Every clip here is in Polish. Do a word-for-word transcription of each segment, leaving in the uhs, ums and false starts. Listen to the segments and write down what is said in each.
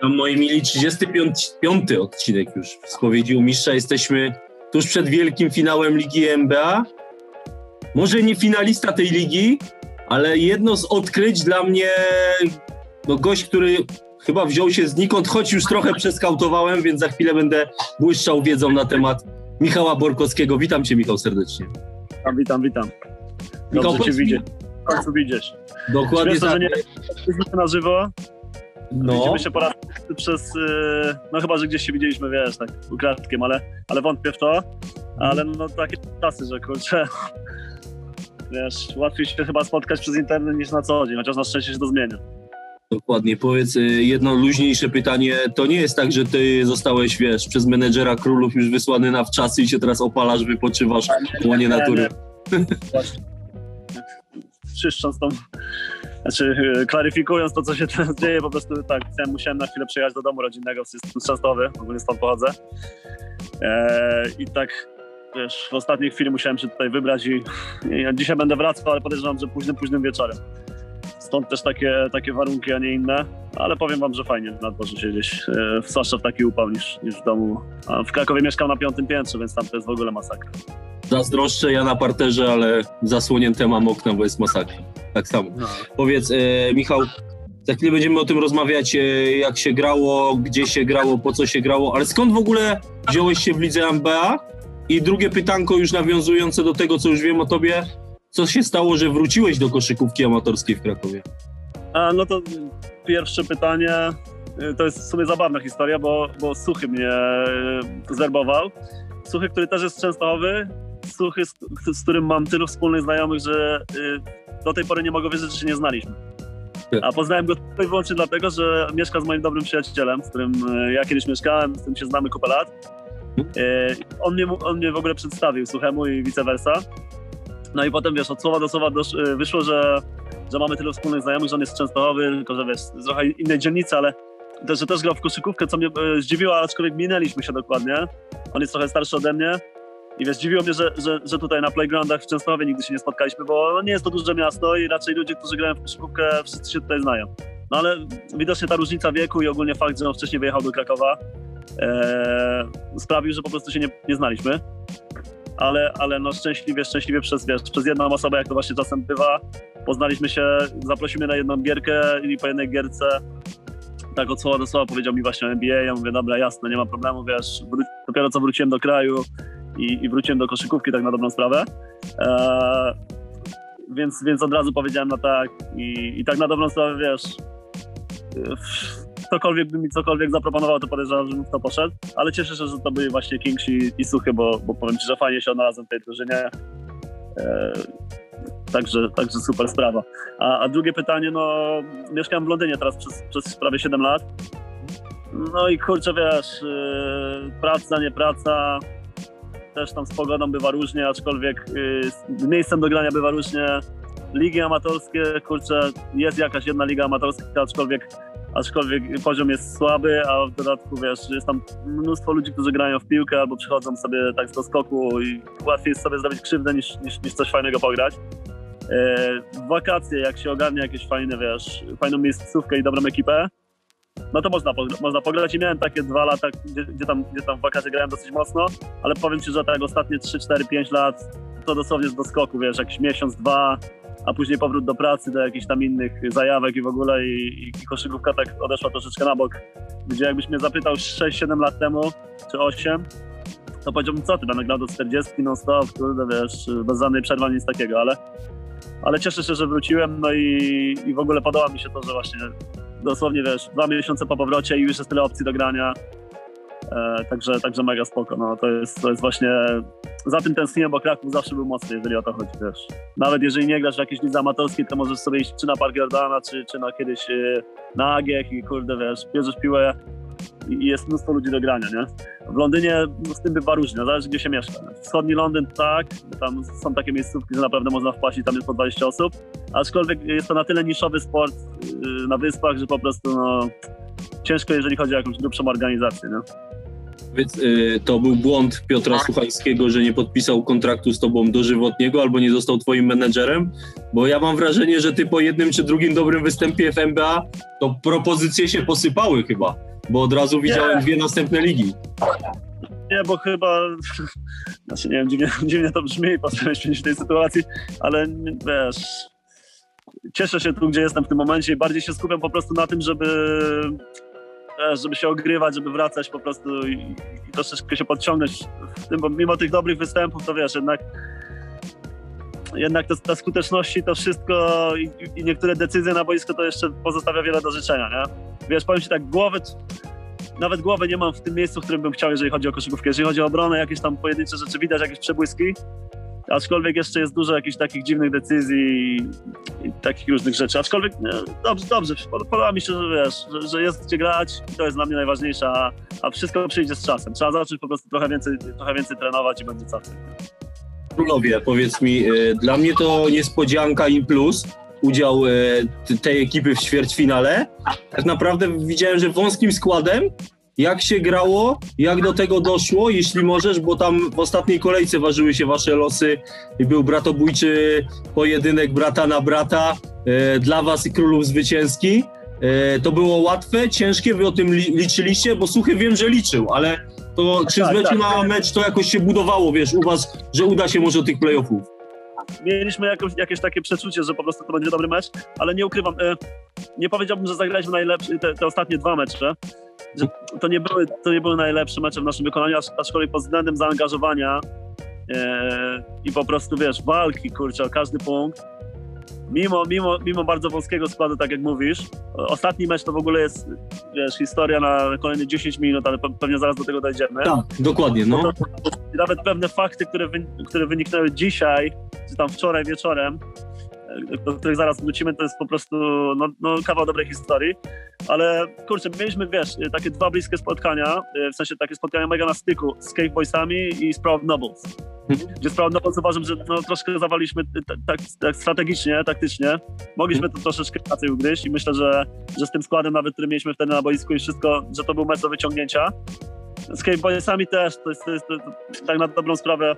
Witam moi mili, trzydziesty piąty odcinek już Spowiedzi u Mistrza. Jesteśmy tuż przed wielkim finałem Ligi N B A. Może nie finalista tej ligi, ale jedno z odkryć dla mnie, no gość, który chyba wziął się znikąd, choć już trochę przeskautowałem, więc za chwilę będę błyszczał wiedzą na temat Michała Borkowskiego. Witam cię, Michał, serdecznie. Witam, witam, witam. Dobrze Michał, cię widzieć. W końcu widzieć. Dokładnie. Śmieszne, tak. Że nie jesteśmy na żywo. No. Widzimy się po raz przez, no chyba, że gdzieś się widzieliśmy, wiesz, tak ukradkiem, ale, ale wątpię w to. Ale no takie czasy, że kurczę, wiesz, łatwiej się chyba spotkać przez internet niż na co dzień, chociaż na szczęście się to zmienia. Dokładnie. Powiedz jedno luźniejsze pytanie. To nie jest tak, że ty zostałeś, wiesz, przez menedżera Królów już wysłany na wczasy i się teraz opalasz, wypoczywasz w łonie natury. Właśnie. Czyszcząc tą, znaczy klaryfikując to, co się teraz dzieje, po prostu tak, ja musiałem na chwilę przyjechać do domu rodzinnego, jestem z Częstochowy, ogólnie stąd pochodzę. Eee, I tak, wiesz, w ostatniej chwili musiałem się tutaj wybrać i, i dzisiaj będę wracał, ale podejrzewam, że późnym, późnym wieczorem. Stąd też takie, takie warunki, a nie inne, ale powiem wam, że fajnie na dworze siedzieć, e, zwłaszcza w taki upał niż, niż w domu. A w Krakowie mieszkam na piątym piętrze, więc tam to jest w ogóle masakra. Zazdroszczę, ja na parterze, ale zasłonięte mam okna, bo jest masakra. Tak samo. No. Powiedz, e, Michał, za chwilę będziemy o tym rozmawiać, e, jak się grało, gdzie się grało, po co się grało, ale skąd w ogóle wziąłeś się w lidze N B A? I drugie pytanko już nawiązujące do tego, co już wiem o tobie. Co się stało, że wróciłeś do koszykówki amatorskiej w Krakowie? A, no to pierwsze pytanie, to jest w sumie zabawna historia, bo, bo Suchy mnie zwerbował. Suchy, który też jest Częstochowy, Suchy, z, z którym mam tylu wspólnych znajomych, że y, do tej pory nie mogę wierzyć, że się nie znaliśmy. A poznałem go tylko i wyłącznie dlatego, że mieszka z moim dobrym przyjacielem, z którym y, ja kiedyś mieszkałem, z którym się znamy kupę lat. Y, on, mnie, on mnie w ogóle przedstawił Suchemu i vice versa. No i potem, wiesz, od słowa do słowa dosz, wyszło, że, że mamy tylu wspólnych znajomych, że on jest Częstochowy, tylko że wiesz, z trochę innej dzielnicy, ale też, że też grał w koszykówkę, co mnie e, zdziwiło, aczkolwiek minęliśmy się dokładnie. On jest trochę starszy ode mnie i wiesz, zdziwiło mnie, że, że, że tutaj na playgroundach w Częstochowie nigdy się nie spotkaliśmy, bo nie jest to duże miasto i raczej ludzie, którzy grają w koszykówkę, wszyscy się tutaj znają. No ale widocznie ta różnica wieku i ogólnie fakt, że on wcześniej wyjechał do Krakowa e, sprawił, że po prostu się nie, nie znaliśmy. Ale, ale no szczęśliwie, szczęśliwie przez, wiesz, przez jedną osobę, jak to właśnie czasem bywa, poznaliśmy się, zaprosił mnie na jedną gierkę i po jednej gierce tak od słowa do słowa powiedział mi właśnie o N B A. Ja mówię, dobra, jasne, nie ma problemu, wiesz, wró- dopiero co wróciłem do kraju i, i wróciłem do koszykówki, tak na dobrą sprawę. Eee, więc, więc od razu powiedziałem na tak i, i tak na dobrą sprawę, wiesz, ktokolwiek by mi cokolwiek zaproponował, to podejrzewam, że bym w to poszedł, ale cieszę się, że to byli właśnie Kings i, i Suchy, bo, bo powiem ci, że fajnie się odnalazłem w tej drużynie. E, także, także super sprawa. A, a drugie pytanie, no mieszkam w Londynie teraz przez, przez prawie siedem lat. No i kurczę, wiesz, yy, praca, nie praca, też tam z pogodą bywa różnie, aczkolwiek yy, miejscem do grania bywa różnie. Ligi amatorskie, kurczę, jest jakaś jedna liga amatorska, aczkolwiek aczkolwiek poziom jest słaby, a w dodatku, wiesz, jest tam mnóstwo ludzi, którzy grają w piłkę albo przychodzą sobie tak do skoku i łatwiej jest sobie zrobić krzywdę niż, niż, niż coś fajnego pograć. W e, wakacje, jak się ogarnia jakieś fajne, wiesz, fajną miejscówkę i dobrą ekipę, no to można, można pograć i miałem takie dwa lata, gdzie, gdzie, tam, gdzie tam w wakacje grałem dosyć mocno, ale powiem ci, że tak ostatnie trzy, cztery, pięć lat to dosłownie do skoku, wiesz, jakiś miesiąc, dwa, a później powrót do pracy, do jakichś tam innych zajawek i w ogóle i, i koszykówka tak odeszła troszeczkę na bok, gdzie jakbyś mnie zapytał sześć siedem lat temu, czy osiem, to powiedziałbym, co ty, będę grał do czterdziestki non-stop, kurde, wiesz, bez żadnej przerwy, nic takiego, ale, ale cieszę się, że wróciłem, no i, i w ogóle podoba mi się to, że właśnie dosłownie, wiesz, dwa miesiące po powrocie i już jest tyle opcji do grania. E, także, także mega spoko, no to jest, to jest właśnie, za tym tęskniłem, bo Kraków zawsze był mocny, jeżeli o to chodzi, wiesz. Nawet jeżeli nie grasz w jakiejś lidze amatorskiej, to możesz sobie iść czy na Park Jordana, czy, czy na kiedyś e, na Agiech i kurde, wiesz, bierzesz piłę i, i jest mnóstwo ludzi do grania, nie? W Londynie no, z tym bywa różnie, zależy gdzie się mieszka. Nie? Wschodni Londyn tak, tam są takie miejscówki, że naprawdę można wpaść i tam jest po dwadzieścia osób, aczkolwiek jest to na tyle niszowy sport yy, na wyspach, że po prostu no, ciężko, jeżeli chodzi o jakąś grubszą organizację, nie? Więc y, to był błąd Piotra Suchańskiego, że nie podpisał kontraktu z tobą dożywotniego albo nie został twoim menedżerem? Bo ja mam wrażenie, że ty po jednym czy drugim dobrym występie w N B A to propozycje się posypały chyba. Bo od razu widziałem nie. dwie następne ligi. Nie, bo chyba, znaczy nie wiem, dziwnie, dziwnie to brzmi, postaram się w tej sytuacji, ale wiesz, cieszę się tu, gdzie jestem w tym momencie i bardziej się skupiam po prostu na tym, żeby, wiesz, żeby się ogrywać, żeby wracać po prostu i, i troszeczkę się podciągnąć w tym, bo mimo tych dobrych występów, to wiesz, jednak jednak to, ta skuteczności, to wszystko i, i niektóre decyzje na boisku to jeszcze pozostawia wiele do życzenia, nie? Wiesz, powiem ci tak, głowy, nawet głowy nie mam w tym miejscu, w którym bym chciał, jeżeli chodzi o koszykówkę. Jeżeli chodzi o obronę, jakieś tam pojedyncze rzeczy, widać jakieś przebłyski, aczkolwiek jeszcze jest dużo jakichś takich dziwnych decyzji i, i takich różnych rzeczy. Aczkolwiek nie, dobrze, dobrze, podoba mi się, że wiesz, że, że jest gdzie grać i to jest dla mnie najważniejsze, a, a wszystko przyjdzie z czasem. Trzeba zacząć po prostu trochę więcej, trochę więcej trenować i będzie cacy. Królowie, powiedz mi, dla mnie to niespodzianka i plus udział tej ekipy w ćwierćfinale. Tak naprawdę widziałem, że wąskim składem, jak się grało, jak do tego doszło, jeśli możesz, bo tam w ostatniej kolejce ważyły się wasze losy i był bratobójczy pojedynek brata na brata dla was i królów zwycięski. To było łatwe, ciężkie, wy o tym liczyliście, bo Suchy wiem, że liczył, ale to czy z meczu na mecz to jakoś się budowało, wiesz, u was, że uda się może tych playoffów? Mieliśmy jakoś, jakieś takie przeczucie, że po prostu to będzie dobry mecz, ale nie ukrywam, nie powiedziałbym, że zagraliśmy najlepsze, te, te ostatnie dwa mecze, że to nie, były, to nie były najlepsze mecze w naszym wykonaniu, aczkolwiek pod względem zaangażowania e, i po prostu, wiesz, walki, kurczę, o każdy punkt. Mimo, mimo, mimo bardzo wąskiego składu, tak jak mówisz, ostatni mecz to w ogóle jest, wiesz, historia na kolejne dziesięć minut, ale pewnie zaraz do tego dojdziemy. Tak, dokładnie, no. To, to, to, nawet pewne fakty, które, wy, które wyniknęły dzisiaj, czy tam wczoraj wieczorem, do których zaraz wrócimy, to jest po prostu no, no, kawał dobrej historii, ale kurczę, mieliśmy, wiesz, takie dwa bliskie spotkania, w sensie takie spotkania mega na styku z Cave Boysami i z Proud Nobles. Gdzie z Proud Nobles uważam, że no, troszkę zawaliliśmy tak, tak strategicznie, taktycznie. Mogliśmy to troszeczkę inaczej ugryźć i myślę, że, że z tym składem nawet, który mieliśmy wtedy na boisku i wszystko, że to był mecz do wyciągnięcia. Z Cave Boysami też, to jest, to jest to, to, tak na dobrą sprawę,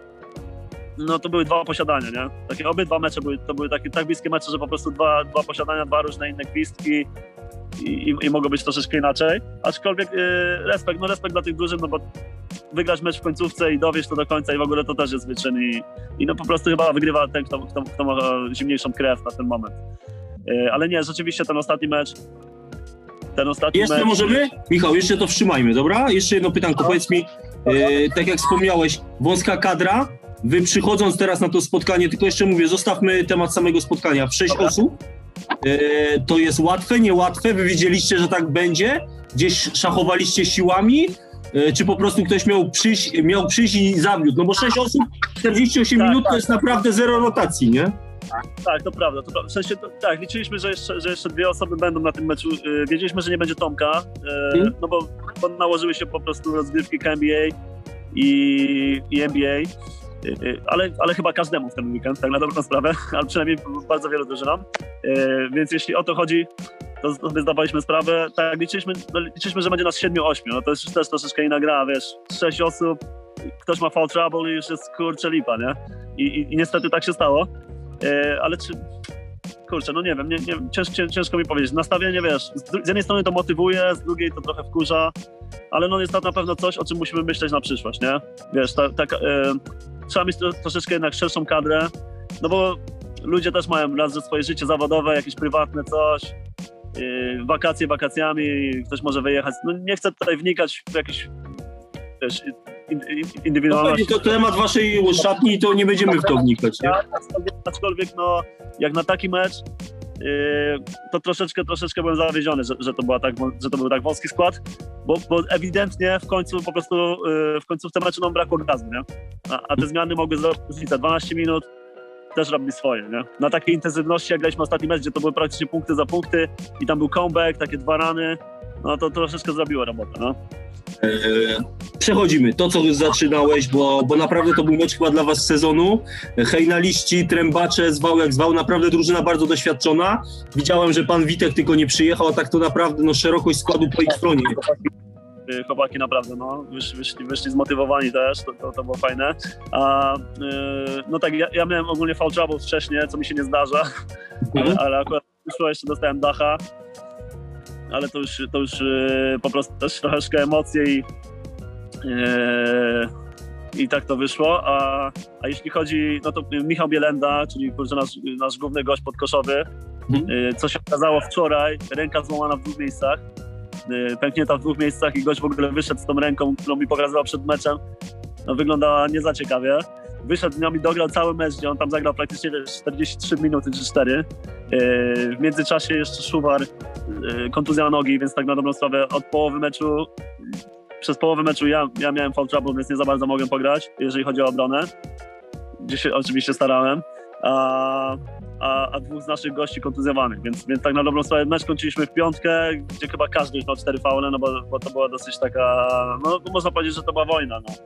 no to były dwa posiadania, nie? Takie obydwa mecze były, to były takie tak bliskie mecze, że po prostu dwa, dwa posiadania, dwa różne inne gwizdki i, i, i mogło być troszeczkę inaczej. Aczkolwiek yy, respekt, no respekt dla tych drużyn, no bo wygrać mecz w końcówce i dowieść to do końca i w ogóle to też jest wyczyn i, i no po prostu chyba wygrywa ten, kto, kto, kto ma zimniejszą krew na ten moment. Yy, ale nie, rzeczywiście ten ostatni mecz ten ostatni Jeszcze mecz... możemy? Michał, jeszcze to wstrzymajmy, dobra? Jeszcze jedno pytanko, no. Powiedz mi, yy, tak jak wspomniałeś, wąska kadra, wy przychodząc teraz na to spotkanie, tylko jeszcze mówię, zostawmy temat samego spotkania, w sześć Dobra. osób, yy, to jest łatwe, niełatwe, wy wiedzieliście, że tak będzie? Gdzieś szachowaliście siłami? Yy, czy po prostu ktoś miał przyjść, miał przyjść i zawiódł? No bo sześć osób, czterdzieści osiem tak, minut tak. To jest naprawdę zero rotacji, nie? Tak, to prawda. To, w sensie, to, tak, liczyliśmy, że jeszcze, że jeszcze dwie osoby będą na tym meczu. Yy, wiedzieliśmy, że nie będzie Tomka, yy, hmm? no bo, bo nałożyły się po prostu rozgrywki K N B A i, i N B A. Ale, ale chyba każdemu w ten weekend, tak na dobrą sprawę, ale przynajmniej bardzo wielu drużynom. Yy, więc jeśli o to chodzi, to, to my zdawaliśmy sprawę. Tak, liczyliśmy, no, liczyliśmy, że będzie nas siedmiu, ośmiu. No to jest też troszeczkę inna gra, wiesz, sześć osób, ktoś ma foul trouble i już jest kurczę lipa, nie? I, i, i niestety tak się stało. Yy, ale czy... Kurczę, no nie wiem, nie, nie, ciężko, ciężko mi powiedzieć. Nastawienie, wiesz, z, z jednej strony to motywuje, z drugiej to trochę wkurza, ale no jest to na pewno coś, o czym musimy myśleć na przyszłość, nie? Wiesz, ta, ta, yy, trzeba mieć troszeczkę jednak szerszą kadrę, no bo ludzie też mają raz, że swoje życie zawodowe, jakieś prywatne coś, yy, wakacje wakacjami, ktoś może wyjechać. No nie chcę tutaj wnikać w jakieś, wiesz, indywidualności. No, to temat waszej szatni, to nie będziemy w to wnikać, nie? Aczkolwiek, no, jak na taki mecz, yy, to troszeczkę, troszeczkę byłem zawiedziony, że, że, to była tak, że to był tak wąski skład, bo, bo ewidentnie w końcu po prostu yy, w końcówce meczu nam brakło gazu, nie? A, a te zmiany mogły zrobić różnicę. dwanaście minut też robi swoje, nie? Na takiej intensywności, jak graliśmy ostatni mecz, gdzie to były praktycznie punkty za punkty i tam był comeback, takie dwa rany, no to troszeczkę zrobiło robotę, no. Przechodzimy, to co zaczynałeś, bo, bo naprawdę to był mecz chyba dla was sezonu. Hejnaliści, trębacze, zwał jak zwał, naprawdę drużyna bardzo doświadczona. Widziałem, że pan Witek tylko nie przyjechał, a tak to naprawdę no, szerokość składu po ich stronie. Chłopaki naprawdę, no, wyszli, wyszli, wyszli zmotywowani też, to, to, to było fajne. A, yy, no tak, ja, ja miałem ogólnie foul trouble wcześniej, co mi się nie zdarza, ale, ale akurat wyszło, jeszcze dostałem dacha. ale to już, to już yy, po prostu też troszeczkę emocje i, yy, i tak to wyszło. A, a jeśli chodzi, no to Michał Bielenda, czyli kurczę, nasz, nasz główny gość podkoszowy, yy, co się okazało wczoraj, ręka złamana w dwóch miejscach, yy, pęknięta w dwóch miejscach i gość w ogóle wyszedł z tą ręką, którą mi pokazywał przed meczem. No, wyglądała nie za ciekawie. Wyszedł z nią i dograł cały mecz, gdzie on tam zagrał praktycznie czterdzieści trzy minuty czy cztery. W międzyczasie jeszcze Szuwar, kontuzja nogi, więc tak na dobrą sprawę od połowy meczu, przez połowę meczu ja, ja miałem foul trouble, więc nie za bardzo mogłem pograć, jeżeli chodzi o obronę, gdzie się oczywiście starałem, a, a, a dwóch z naszych gości kontuzjowanych, więc, więc tak na dobrą sprawę mecz kończyliśmy w piątkę, gdzie chyba każdy już miał cztery faule, no bo, bo to była dosyć taka, no można powiedzieć, że to była wojna, no.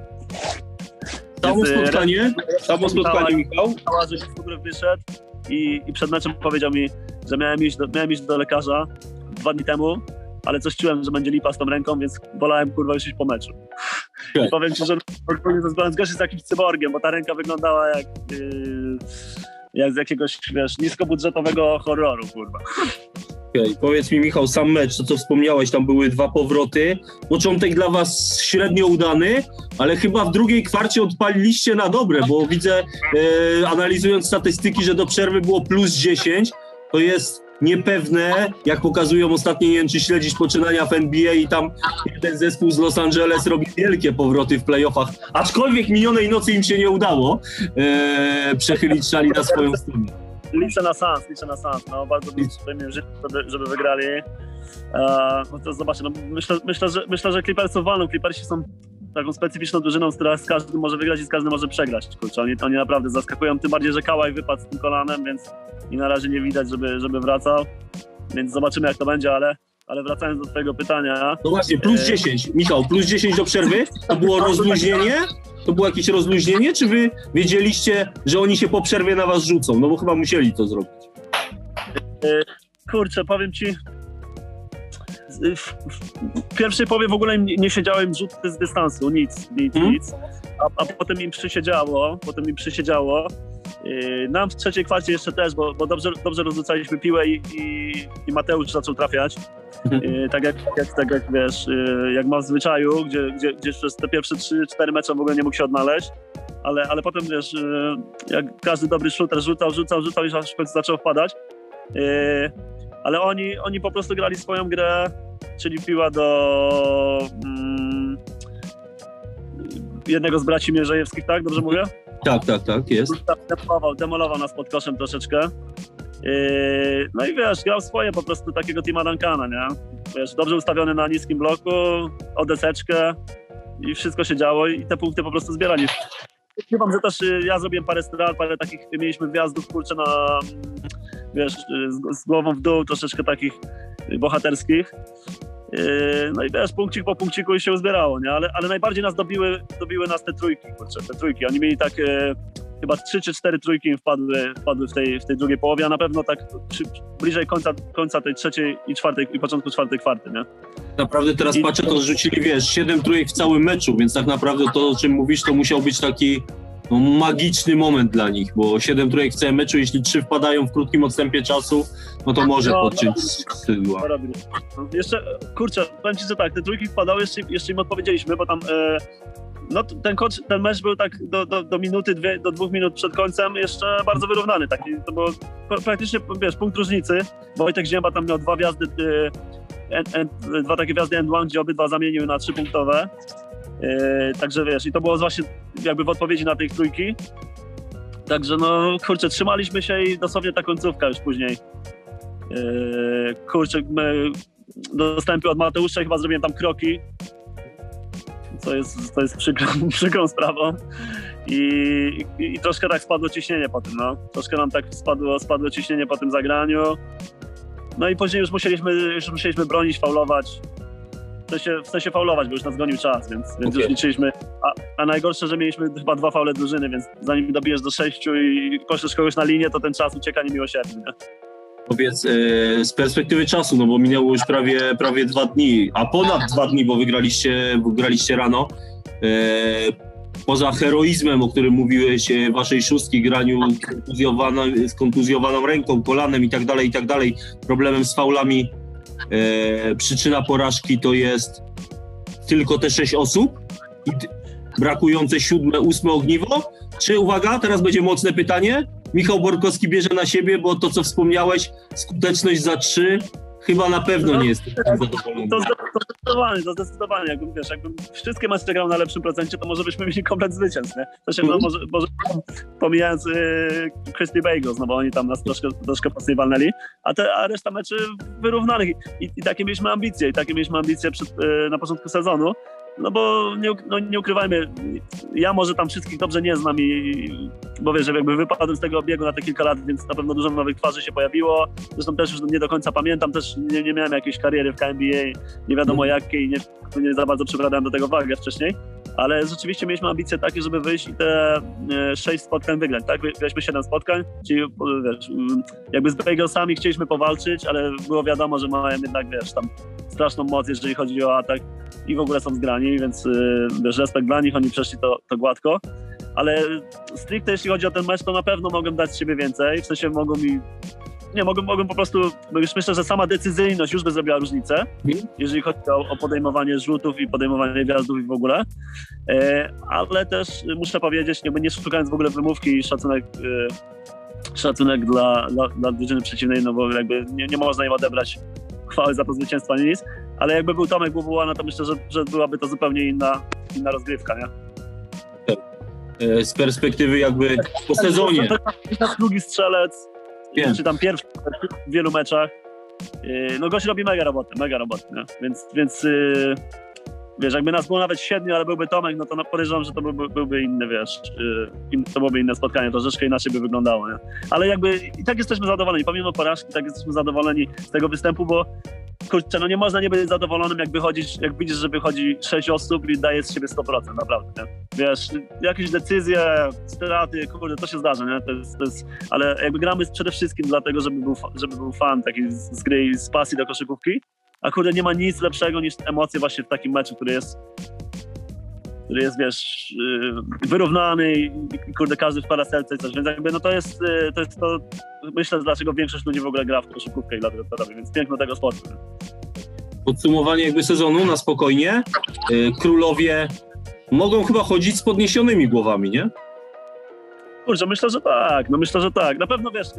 Samo spotkanie, samo spotkanie, Michał. Że w ogóle wyszedł i, i przed meczem powiedział mi, że miałem iść, do, miałem iść do lekarza dwa dni temu, ale coś czułem, że będzie lipa z tą ręką, więc wolałem kurwa już iść po meczu. Okay. I powiem ci, że gość jest jakimś cyborgiem, bo ta ręka wyglądała jak, yy, jak z jakiegoś, wiesz, niskobudżetowego horroru, kurwa. Okay. Powiedz mi, Michał, sam mecz, to co wspomniałeś, tam były dwa powroty. Początek dla was średnio udany, ale chyba w drugiej kwarcie odpaliliście na dobre, bo widzę, e, analizując statystyki, że do przerwy było plus dziesięć. To jest niepewne, jak pokazują ostatnio, nie wiem, czy śledzisz poczynania w N B A i tam jeden zespół z Los Angeles robi wielkie powroty w playoffach, aczkolwiek minionej nocy im się nie udało e, przechylić szali na swoją stronę. Liczę na Suns, liczę na Suns, no bardzo bym życzył, żeby, żeby wygrali. Uh, no to zobaczę, no, myślę, myślę, że, myślę, że Clippersów walną. Clippersi są taką specyficzną drużyną, która z każdym może wygrać i z każdym może przegrać. Kurczę, oni, oni naprawdę zaskakują, tym bardziej, że Kawhi wypadł z tym kolanem, więc i na razie nie widać, żeby, żeby wracał. Więc zobaczymy, jak to będzie, ale, ale wracając do twojego pytania... No właśnie, plus dziesięć. Michał, plus dziesięć do przerwy? To było rozluźnienie? To było jakieś rozluźnienie, czy wy wiedzieliście, że oni się po przerwie na was rzucą? No bo chyba musieli to zrobić. Kurczę, powiem ci, w pierwszej połowie w ogóle nie siedziałem rzuty z dystansu, nic, nic, hmm? nic. A, a potem im przysiedziało, potem im przysiedziało. Nam w trzeciej kwarcie jeszcze też, bo, bo dobrze, dobrze rozrzucaliśmy piłę i, i, i Mateusz zaczął trafiać. Mhm. Tak, jak, jak, tak jak wiesz, jak ma w zwyczaju, gdzie, gdzie, gdzie przez te pierwsze trzy cztery mecze w ogóle nie mógł się odnaleźć, ale, ale potem wiesz, jak każdy dobry shooter rzucał, rzucał, rzucał i aż w końcu zaczął wpadać. Ale oni, oni po prostu grali swoją grę, czyli piła do mm, jednego z braci Mierzejewskich, tak? Dobrze mówię? Tak, tak, tak, jest. Demolował, demolował nas pod koszem troszeczkę. Yy, no i wiesz, grał swoje po prostu takiego Tima Duncana, nie? Wiesz, dobrze ustawiony na niskim bloku, o deseczkę i wszystko się działo i te punkty po prostu zbierali. Chyba, że też ja zrobiłem parę strat, parę takich, mieliśmy wjazdów, kurczę, na, wiesz, z, z głową w dół, troszeczkę takich bohaterskich. Yy, no i wiesz, punkcik po punkciku i się uzbierało, nie? Ale, ale najbardziej nas dobiły, dobiły nas te trójki, kurczę, te trójki. Oni mieli tak e, chyba trzy czy cztery trójki im wpadły, wpadły w tej, w tej drugiej połowie, a na pewno tak przy, bliżej końca, końca tej trzeciej i czwartej i początku czwartej kwarty, nie? Naprawdę teraz I... patrzę, to zrzucili, wiesz, siedem trójek w całym meczu, więc tak naprawdę to, o czym mówisz, to musiał być taki no, magiczny moment dla nich, bo siedem trójek w całym meczu, jeśli trzy wpadają w krótkim odstępie czasu, no to może no, podciąć skrzydła. No, jeszcze, kurczę, powiem ci, że tak, te trójki wpadały, jeszcze, jeszcze im odpowiedzieliśmy, bo tam e, no, ten, coach, ten mecz był tak do, do, do minuty, dwie, do dwóch minut przed końcem jeszcze bardzo wyrównany, taki, to było praktycznie, wiesz, punkt różnicy. Wojtek Zięba tam miał dwa wjazdy, e, en, en, dwa takie wjazdy end one, gdzie obydwa zamieniły na trzypunktowe. Yy, także wiesz, i to było właśnie jakby w odpowiedzi na tej trójki. Także no, kurczę, trzymaliśmy się i dosłownie ta końcówka już później. Yy, kurczę, my dostałem od Mateusza i chyba zrobiłem tam kroki, co jest, to jest przykrą, przykrą sprawą. I, i, I troszkę tak spadło ciśnienie po tym, no. Troszkę nam tak spadło, spadło ciśnienie po tym zagraniu. No i później już musieliśmy, już musieliśmy bronić, faulować. W sensie, w sensie faulować, bo już nas gonił czas, więc, więc okay. już liczyliśmy. A, a najgorsze, że mieliśmy chyba dwa faule drużyny, więc zanim dobijesz do sześciu i poszesz kogoś na linię, to ten czas ucieka niemiłosiernie. Powiedz, e, z perspektywy czasu, no bo minęło już prawie, prawie dwa dni, a ponad dwa dni, bo wygraliście, wygraliście rano. E, poza heroizmem, o którym mówiłeś, e, waszej szóstki, graniu z kontuzjowaną ręką, kolanem i tak dalej, i tak dalej, problemem z faulami, e, przyczyna porażki to jest tylko te sześć osób i t- brakujące siódme, ósme ogniwo? Czy, uwaga, teraz będzie mocne pytanie, Michał Borkowski bierze na siebie, bo to, co wspomniałeś, skuteczność za trzy, chyba na pewno nie jest zadowolony. To, to zdecydowanie, to zdecydowanie. Jakbym, wiesz, jakbym wszystkie mecze grał na lepszym procencie, to może byśmy mieli komplet zwycięstw, nie? To się, no, może, może pomijając yy, Crispy Bagels, no bo oni tam nas troszkę, troszkę mocniej walnęli, a, te, a reszta meczy wyrównanych. I, i takie mieliśmy ambicje, i takie mieliśmy ambicje przed, yy, na początku sezonu. No bo nie, no nie ukrywajmy, ja może tam wszystkich dobrze nie znam i bo wiesz, że jakby wypadłem z tego obiegu na te kilka lat, więc na pewno dużo nowych twarzy się pojawiło. Zresztą też już nie do końca pamiętam, też nie, nie miałem jakiejś kariery w K N B A, nie wiadomo jakiej, nie, nie za bardzo przykładałem do tego wagę wcześniej, ale rzeczywiście mieliśmy ambicje takie, żeby wyjść i te e, sześć spotkań wygrać, tak? Wygraliśmy siedem spotkań, czyli wiesz, jakby z Bagelsami chcieliśmy powalczyć, ale było wiadomo, że mają jednak, wiesz, tam straszną moc, jeżeli chodzi o atak i w ogóle są zgrani, więc yy, wiesz, respekt dla nich, oni przeszli to, to gładko, ale stricte jeśli chodzi o ten mecz, to na pewno mogą dać z siebie więcej, w sensie mogą mi, nie, mogą, mogą po prostu, już myślę, że sama decyzyjność już by zrobiła różnicę, mm. jeżeli chodzi o, o podejmowanie rzutów i podejmowanie wjazdów i w ogóle, yy, ale też muszę powiedzieć, nie, nie szukając w ogóle wymówki i szacunek, yy, szacunek dla, dla, dla drużyny przeciwnej, no bo jakby nie, nie można im odebrać chwały za to zwycięstwo, ani nic, ale jakby był Tomek Bubułana, to myślę, że, że byłaby to zupełnie inna, inna rozgrywka, nie? Z perspektywy jakby po sezonie. To jest drugi strzelec, Wiem. czy tam pierwszy w wielu meczach. No gość robi mega robotę, mega robotę, nie? Więc, więc wiesz, jakby nas było nawet siedmiu, ale byłby Tomek, no to podejrzewam, że to byłby, byłby inny, wiesz, to byłoby inne spotkanie, troszeczkę inaczej by wyglądało, nie? Ale jakby i tak jesteśmy zadowoleni, pomimo porażki, tak jesteśmy zadowoleni z tego występu, bo kurczę, no nie można nie być zadowolonym, jak wychodzisz, jak widzisz, że wychodzi sześć osób i daje z siebie sto procent, naprawdę, nie? Wiesz, jakieś decyzje, straty, kurde, to się zdarza, nie? To jest, to jest, ale jakby gramy przede wszystkim dlatego, żeby był, żeby był fan taki z, z gry i z pasji do koszykówki. A kurde, nie ma nic lepszego niż emocje właśnie w takim meczu, który jest, który jest, wiesz, wyrównany i kurde, każdy wpada serce i coś, więc jakby no to jest, to jest to, myślę, dlaczego większość ludzi w ogóle gra w koszykówkę i dlatego to robi, więc piękno tego sportu. Podsumowanie jakby sezonu na spokojnie. Królowie mogą chyba chodzić z podniesionymi głowami, nie? Kurczę, myślę, że tak, no myślę, że tak. Na pewno, wiesz,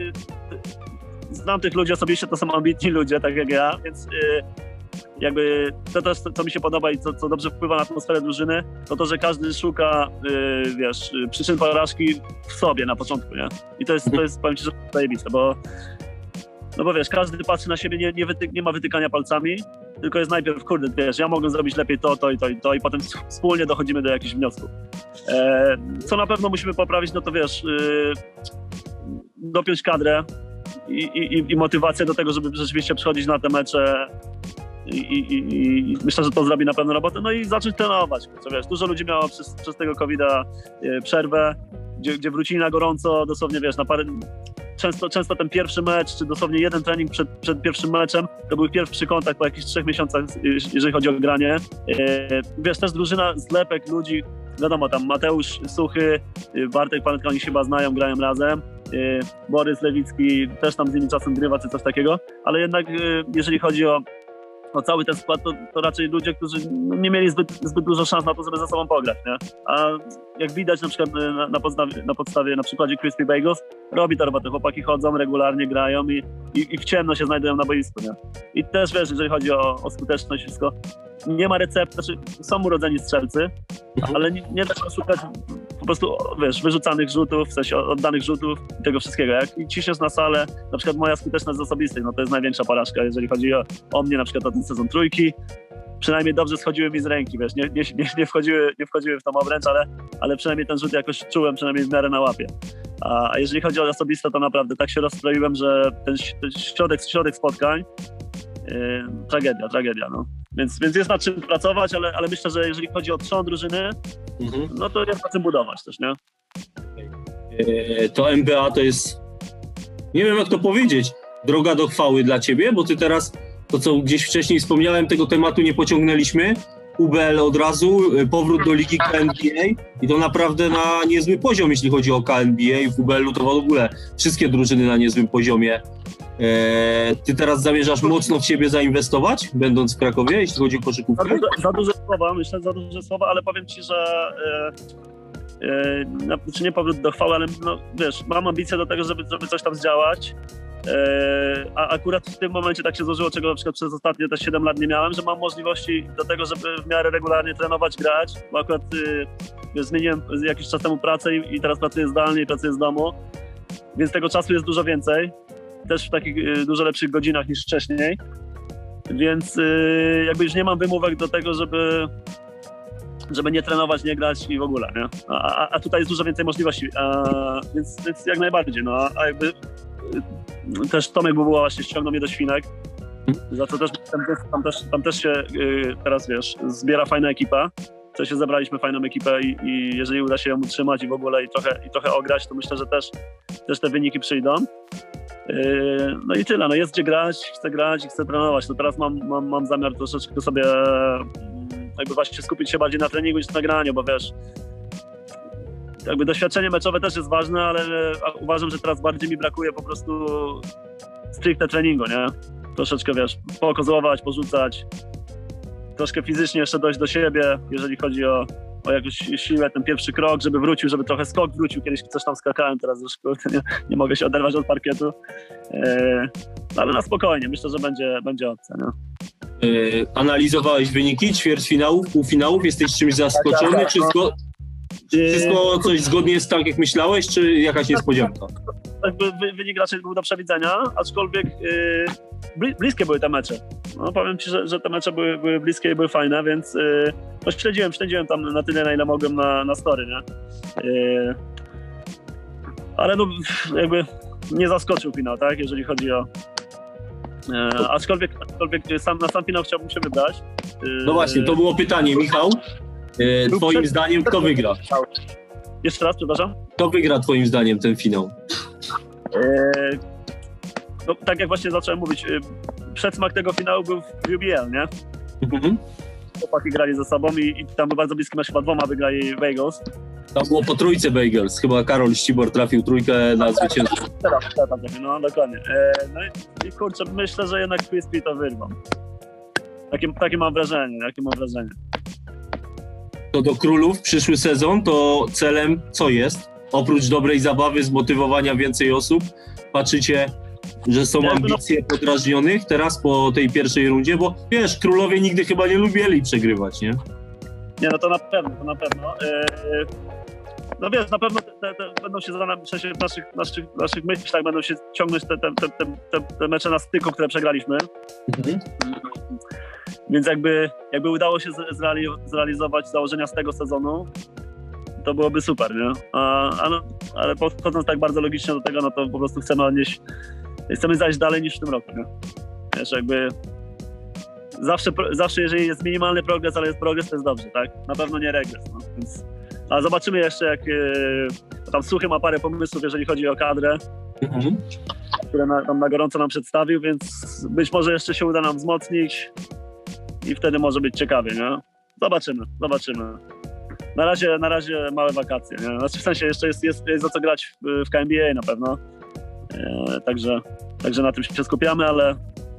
znam tych ludzi osobiście, to są ambitni ludzie, tak jak ja, więc yy, jakby to też, co mi się podoba i co, co dobrze wpływa na atmosferę drużyny, to to, że każdy szuka, yy, wiesz, przyczyn porażki w sobie na początku, nie? I to jest, to jest powiem ci, że zajebiste, bo no bo wiesz, każdy patrzy na siebie, nie, nie, wyty, nie ma wytykania palcami, tylko jest najpierw, kurde, wiesz, ja mogę zrobić lepiej to, to i to i to i potem wspólnie dochodzimy do jakichś wniosków. E, co na pewno musimy poprawić, no to wiesz, yy, dopiąć kadrę, I, i, i motywację do tego, żeby rzeczywiście przychodzić na te mecze i, i, i myślę, że to zrobi na pewno robotę, no i zacząć trenować, co wiesz, dużo ludzi miało przez, przez tego kowida przerwę, gdzie, gdzie wrócili na gorąco, dosłownie wiesz, na parę, często, często ten pierwszy mecz, czy dosłownie jeden trening przed, przed pierwszym meczem, to był pierwszy kontakt po jakichś trzech miesiącach, jeżeli chodzi o granie, wiesz, też drużyna zlepek ludzi, wiadomo, tam Mateusz Suchy, Bartek Panetka, oni się chyba znają, grają razem, Borys Lewicki też tam z nimi czasem grywa, czy coś takiego, ale jednak jeżeli chodzi o, o cały ten skład, to, to raczej ludzie, którzy nie mieli zbyt, zbyt dużo szans na to, żeby ze sobą pograć, nie? A jak widać na przykład na, na, podstawie, na podstawie, na przykładzie Crispy Bagels, robi to robotę, chłopaki chodzą, regularnie grają i, i, i w ciemno się znajdują na boisku, nie? I też wiesz, jeżeli chodzi o, o skuteczność, wszystko, nie ma recepty, znaczy są urodzeni strzelcy, ale nie, nie da się szukać po prostu, wiesz, wyrzucanych rzutów, w sensie oddanych rzutów i tego wszystkiego. Jak ciśniesz na salę, na przykład moja skuteczność z osobistej, no to jest największa porażka, jeżeli chodzi o, o mnie, na przykład o ten sezon trójki. Przynajmniej dobrze schodziły mi z ręki, wiesz, nie, nie, nie, nie, wchodziły, nie wchodziły w tą obręcz, ale, ale przynajmniej ten rzut jakoś czułem, przynajmniej w miarę na łapie. A, a jeżeli chodzi o osobiste, to naprawdę tak się rozstroiłem, że ten, ten środek, środek spotkań, yy, tragedia, tragedia, no. Więc, więc jest nad czym pracować, ale, ale myślę, że jeżeli chodzi o trzon drużyny, mhm. no to jest na czym budować też, nie? To N B A to jest, nie wiem jak to powiedzieć, droga do chwały dla ciebie, bo ty teraz, to co gdzieś wcześniej wspomniałem, tego tematu nie pociągnęliśmy, U B L od razu, powrót do ligi K N B A i to naprawdę na niezły poziom, jeśli chodzi o K N B A. W U B L-u to w ogóle wszystkie drużyny na niezłym poziomie E, ty teraz zamierzasz mocno w siebie zainwestować, będąc w Krakowie, jeśli chodzi o koszykówkę? Za duże, za duże słowa, myślę, za duże słowa, ale powiem ci, że e, e, znaczy nie powrót do chwały, ale no, wiesz, mam ambicje do tego, żeby, żeby coś tam zdziałać. E, a akurat w tym momencie tak się złożyło, czego na przykład przez ostatnie te siedem lat nie miałem, że mam możliwości do tego, żeby w miarę regularnie trenować, grać, bo akurat y, wiesz, zmieniłem jakiś czas temu pracę i, i teraz pracuję zdalnie i pracuję z domu, więc tego czasu jest dużo więcej, też w takich y, dużo lepszych godzinach niż wcześniej, więc y, jakby już nie mam wymówek do tego, żeby żeby nie trenować, nie grać i w ogóle, nie? A, a, a tutaj jest dużo więcej możliwości, a, więc, więc jak najbardziej, no a, a jakby y, też Tomek Bubuła właśnie ściągnął mnie do Świnek, za co też tam, tam, też, tam też się y, teraz, wiesz, zbiera fajna ekipa, w sensie zebraliśmy fajną ekipę i, i jeżeli uda się ją utrzymać i w ogóle i trochę, i trochę ograć, to myślę, że też, też te wyniki przyjdą. Y, no i tyle, no jest gdzie grać, chcę grać i chcę trenować, no teraz mam, mam, mam zamiar troszeczkę sobie jakby właśnie skupić się bardziej na treningu niż na graniu, bo wiesz, jakby doświadczenie meczowe też jest ważne, ale uważam, że teraz bardziej mi brakuje po prostu stricte treningu, nie? Troszeczkę, wiesz, pokozłować, porzucać, troszkę fizycznie jeszcze dojść do siebie, jeżeli chodzi o, o jakąś siłę, ten pierwszy krok, żeby wrócił, żeby trochę skok wrócił, kiedyś coś tam skakałem, teraz już nie, nie mogę się oderwać od parkietu, yy, ale na spokojnie, myślę, że będzie, będzie opcja, nie? Yy, analizowałeś wyniki ćwierćfinałów, półfinałów? Jesteś czymś zaskoczony? Tak, tak, czy zgo- wszystko coś zgodnie jest tak, jak myślałeś, czy jakaś niespodzianka? Wy, wynik raczej był do przewidzenia, aczkolwiek yy, bliskie były te mecze. No, powiem ci, że, że te mecze były, były bliskie i były fajne, więc yy, no, śledziłem, śledziłem tam na tyle, na ile mogłem na, na story, nie? Yy, ale no jakby nie zaskoczył finał, tak? Jeżeli chodzi o E, aczkolwiek, aczkolwiek sam, na sam finał chciałbym się wybrać. E, no właśnie, to było pytanie, Michał. E, twoim przed... zdaniem kto wygra? Jeszcze raz, przepraszam. Kto wygra twoim zdaniem ten finał? E, no, tak jak właśnie zacząłem mówić, przedsmak tego finału był w U B L, nie? Mhm. Chłopaki grali ze sobą i, i tam był bardzo bliski mecz, chyba dwoma wygrali Bagels. Tam było po trójce Bagels, chyba Karol Ścibor trafił trójkę na zwycięstwo. Teraz, teraz, no dokładnie. E, no i, i kurczę, myślę, że jednak P S P to wyrwą. Takie, takie mam wrażenie, takie mam wrażenie. To do Królów przyszły sezon, to celem co jest? Oprócz dobrej zabawy, zmotywowania więcej osób, patrzycie, że są ja ambicje no... podrażnionych teraz po tej pierwszej rundzie, bo wiesz, Królowie nigdy chyba nie lubili przegrywać, nie? Nie, no to na pewno, to na pewno. Yy, no wiesz, na pewno te, te, te będą się w sensie w naszych, naszych, naszych myślach będą się ciągnąć te, te, te, te, te mecze na styku, które przegraliśmy. Mhm. Więc jakby, jakby udało się zreali- zrealizować założenia z tego sezonu, to byłoby super, nie? A, a no, ale podchodząc tak bardzo logicznie do tego, no to po prostu chcemy odnieść, chcemy zajść dalej niż w tym roku, nie? Wiesz, jakby zawsze, zawsze jeżeli jest minimalny progres, ale jest progres, to jest dobrze, tak? Na pewno nie regres, no, więc... A zobaczymy jeszcze, jak yy, tam Suchy ma parę pomysłów, jeżeli chodzi o kadrę, mhm. które na, tam na gorąco nam przedstawił, więc być może jeszcze się uda nam wzmocnić i wtedy może być ciekawie, nie? Zobaczymy, zobaczymy. Na razie, na razie małe wakacje, nie? Znaczy w sensie jeszcze jest, jest, jest o co grać w, w K N B A na pewno, yy, także, także na tym się skupiamy, ale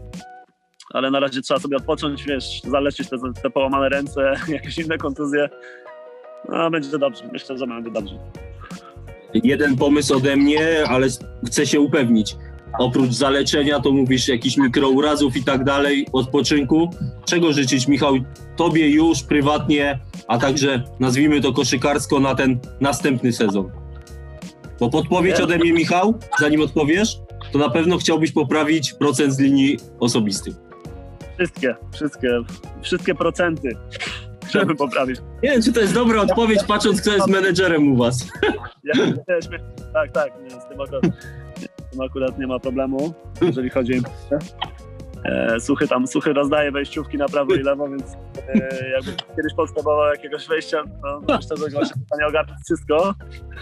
ale na razie trzeba sobie odpocząć, wiesz, zaleczyć te, te połamane ręce, jakieś inne kontuzje. No, będzie dobrze, myślę, że będzie dobrze. Jeden pomysł ode mnie, ale chcę się upewnić. Oprócz zaleczenia, to mówisz jakichś mikrourazów i tak dalej, odpoczynku. Czego życzyć, Michał, tobie już prywatnie, a także nazwijmy to koszykarsko na ten następny sezon? Bo podpowiedź ode mnie, Michał, zanim odpowiesz, to na pewno chciałbyś poprawić procent z linii osobistych. Wszystkie, wszystkie, wszystkie procenty chciałbym poprawić. Nie wiem, czy to jest dobra odpowiedź, patrząc, kto jest menedżerem u was. Ja, tak, tak, nie, z, tym akurat, z tym akurat nie ma problemu, jeżeli chodzi o e, Suchy tam, Suchy rozdaje wejściówki na prawo i lewo, więc e, jakby kiedyś potrzebował jakiegoś wejścia, no, no myślę, że właśnie nie ogarnąć wszystko.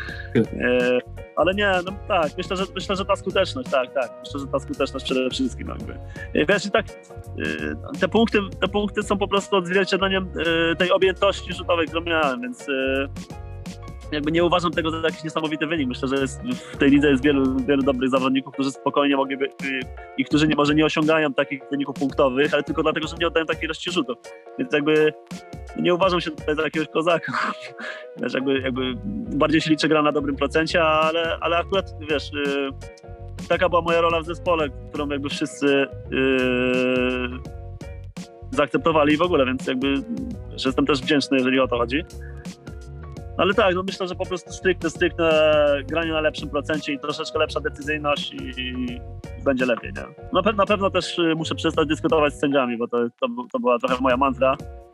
E, ale nie, no tak, myślę, że myślę, że ta skuteczność, tak, tak, myślę, że ta skuteczność przede wszystkim jakby. E, wiesz, i tak e, te punkty, te punkty są po prostu odzwierciedleniem e, tej objętości rzutowej, którą miałem, więc e, jakby nie uważam tego za jakiś niesamowity wynik. Myślę, że jest, w tej lidze jest wielu, wielu dobrych zawodników, którzy spokojnie mogliby i którzy nie, może nie osiągają takich wyników punktowych, ale tylko dlatego, że nie oddają takiej ilości rzutów. Więc jakby nie uważam się tutaj za jakiegoś kozaka. Wiesz, jakby, jakby bardziej się liczy gra na dobrym procencie, ale, ale akurat, wiesz, yy, taka była moja rola w zespole, którą jakby wszyscy yy, zaakceptowali w ogóle, więc jakby, że jestem też wdzięczny, jeżeli o to chodzi. Ale tak, no myślę, że po prostu stricte, stricte granie na lepszym procencie i troszeczkę lepsza decyzyjność i, i będzie lepiej, nie? Na, pe- na pewno też muszę przestać dyskutować z sędziami, bo to, to, to była trochę moja mantra.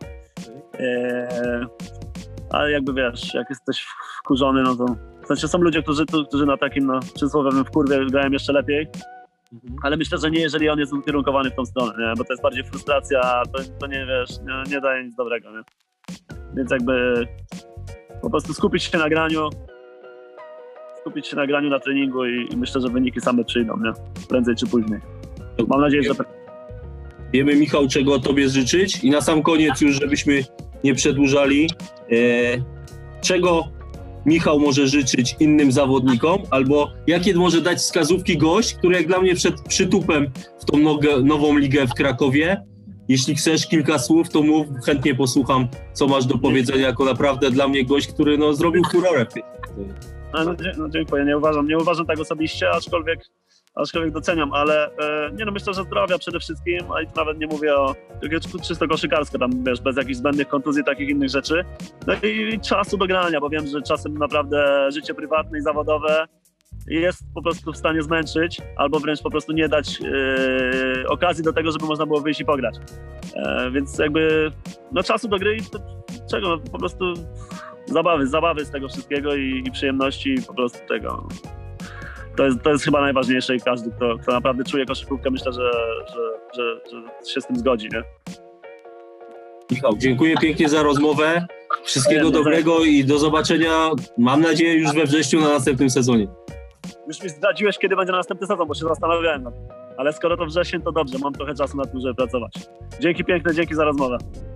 Eee, ale jakby wiesz, jak jesteś wkurzony, no to... W sensie są ludzie, którzy, którzy na takim no, przysłowiowym wkurwie grają jeszcze lepiej, mhm. ale myślę, że nie, jeżeli on jest ukierunkowany w tą stronę, nie? Bo to jest bardziej frustracja, to, to nie wiesz, nie, nie daje nic dobrego, nie? Więc jakby po prostu skupić się na graniu, skupić się na graniu, na treningu i, i myślę, że wyniki same przyjdą, nie? Prędzej czy później. Mam nadzieję, że... Wiemy, Michał, czego Tobie życzyć i na sam koniec już, żebyśmy nie przedłużali, e, czego Michał może życzyć innym zawodnikom, albo jakie może dać wskazówki gość, który jak dla mnie przed przytupem w tą nogę, nową ligę w Krakowie. Jeśli chcesz kilka słów, to mów, chętnie posłucham, co masz do powiedzenia, jako naprawdę dla mnie gość, który no, zrobił furorę. No, no, dziękuję, nie uważam, nie uważam tak osobiście, aczkolwiek, aczkolwiek doceniam, ale e, nie no, myślę, że zdrowia przede wszystkim, a i tu nawet nie mówię o czysto koszykarsko, tam wiesz, bez jakichś zbędnych kontuzji, takich innych rzeczy. No i, i czasu do grania, bo wiem, że czasem naprawdę życie prywatne i zawodowe jest po prostu w stanie zmęczyć, albo wręcz po prostu nie dać e, okazji do tego, żeby można było wyjść i pograć. E, więc jakby no czasu do gry i to, czego, no, po prostu zabawy, zabawy z tego wszystkiego i, i przyjemności po prostu tego. To jest, to jest chyba najważniejsze i każdy, kto, kto naprawdę czuje koszykówkę, myślę, że, że, że, że się z tym zgodzi, nie? Michał, dziękuję pięknie za rozmowę. Wszystkiego dobrego i do zobaczenia, mam nadzieję, już we wrześniu na następnym sezonie. Już mi zdradziłeś, kiedy będzie następny sezon, bo się zastanawiałem. Ale skoro to wrzesień, to dobrze, mam trochę czasu na tym, żeby pracować. Dzięki piękne, dzięki za rozmowę.